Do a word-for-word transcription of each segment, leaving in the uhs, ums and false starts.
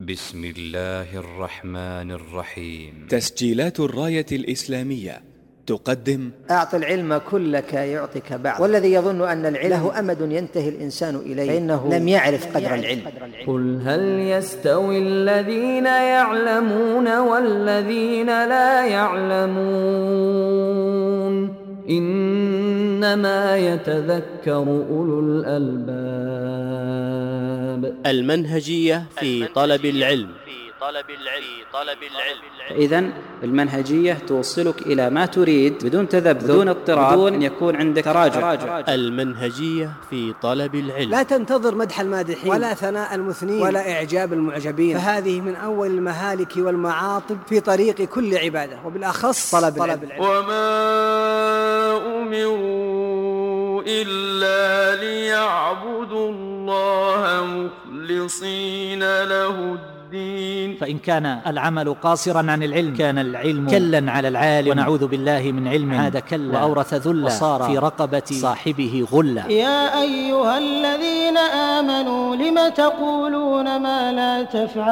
بسم الله الرحمن الرحيم. تسجيلات الراية الإسلامية تقدم: أعط العلم كلك يعطك بعض، والذي يظن أن العلم له أمد ينتهي الإنسان إليه فإنه لم يعرف قدر العلم. قل هل يستوي الذين يعلمون والذين لا يعلمون إنما يتذكر أولو الألباب. المنهجية في طلب العلم. إذن المنهجية توصلك إلى ما تريد بدون تذبذب، بدون اضطراب، بدون أن يكون عندك تراجع. المنهجية في طلب العلم. لا تنتظر مدح المادحين ولا ثناء المثنين ولا إعجاب المعجبين، فهذه من أول المهالك والمعاطب في طريق كل عبادة، وبالأخص طلب, طلب العلم. العلم. وما أمروا إلا ليعبدوا الله مخلصين له الدين. فإن كان العمل قاصرا عن العلم كان العلم كلا على العالم، ونعوذ بالله من علم عاد كلا وأورث ذلا وصار في رقبة صاحبه غلا. يا أيها الذين آمنوا لم تقولون ما لا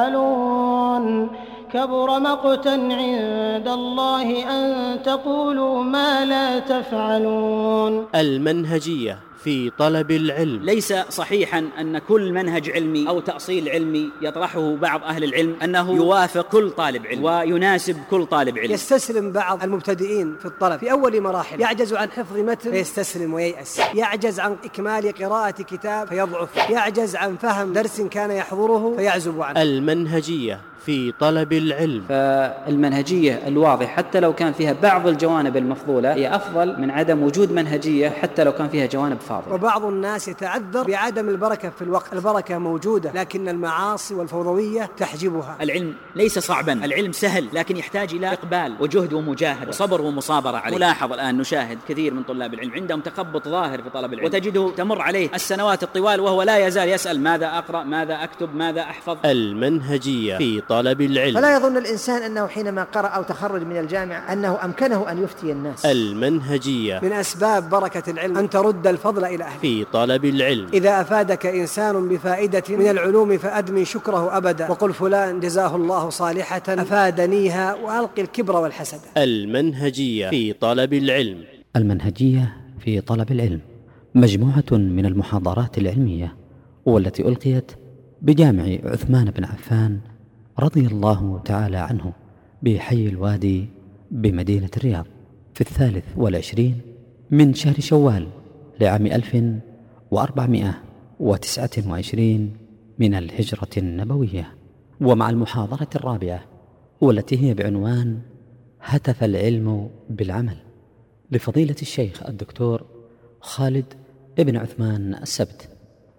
تفعلون كبر مقتا عند الله أن تقولوا ما لا تفعلون. المنهجية في طلب العلم. ليس صحيحا أن كل منهج علمي أو تأصيل علمي يطرحه بعض أهل العلم أنه يوافق كل طالب علم ويناسب كل طالب علم. يستسلم بعض المبتدئين في الطلب في أول مراحل، يعجز عن حفظ متن فيستسلم وييأس، يعجز عن إكمال قراءة كتاب فيضعف، يعجز عن فهم درس كان يحضره فيعزب عنه. المنهجية في طلب العلم. فالمنهجية الواضح حتى لو كان فيها بعض الجوانب المفضولة هي أفضل من عدم وجود منهجية حتى لو كان فيها جوانب فاضلة. وبعض الناس يتعذر بعدم البركة في الوقت، البركة موجودة لكن المعاصي والفوضوية تحجبها. العلم ليس صعبا، العلم سهل لكن يحتاج إلى إقبال وجهد ومجاهدة وصبر ومصابرة عليه. نلاحظ الآن نشاهد كثير من طلاب العلم عندهم تخبط ظاهر في طلب العلم، وتجده تمر عليه السنوات الطوال وهو لا يزال يسأل ماذا أقرأ، ماذا أكتب، ماذا أحفظ. المنهجية في طلب العلم. فلا يظن الإنسان أنه حينما قرأ أو تخرج من الجامعة أنه أمكنه أن يفتي الناس. المنهجية من أسباب بركة العلم أن ترد الفضل إلى أهله. في طلب العلم. إذا أفادك إنسان بفائدة من العلوم فأدمي شكره أبدا، وقل فلان جزاه الله صالحة أفادنيها، وألقي الكبر والحسد. المنهجية في طلب العلم. المنهجية في طلب العلم مجموعة من المحاضرات العلمية، والتي ألقيت بجامع عثمان بن عفان رضي الله تعالى عنه بحي الوادي بمدينة الرياض في الثالث والعشرين من شهر شوال لعام ألف وأربعمائة وتسعة وعشرين من الهجرة النبوية، ومع المحاضرة الرابعة والتي هي بعنوان هتف العلم بالعمل لفضيلة الشيخ الدكتور خالد ابن عثمان السبت.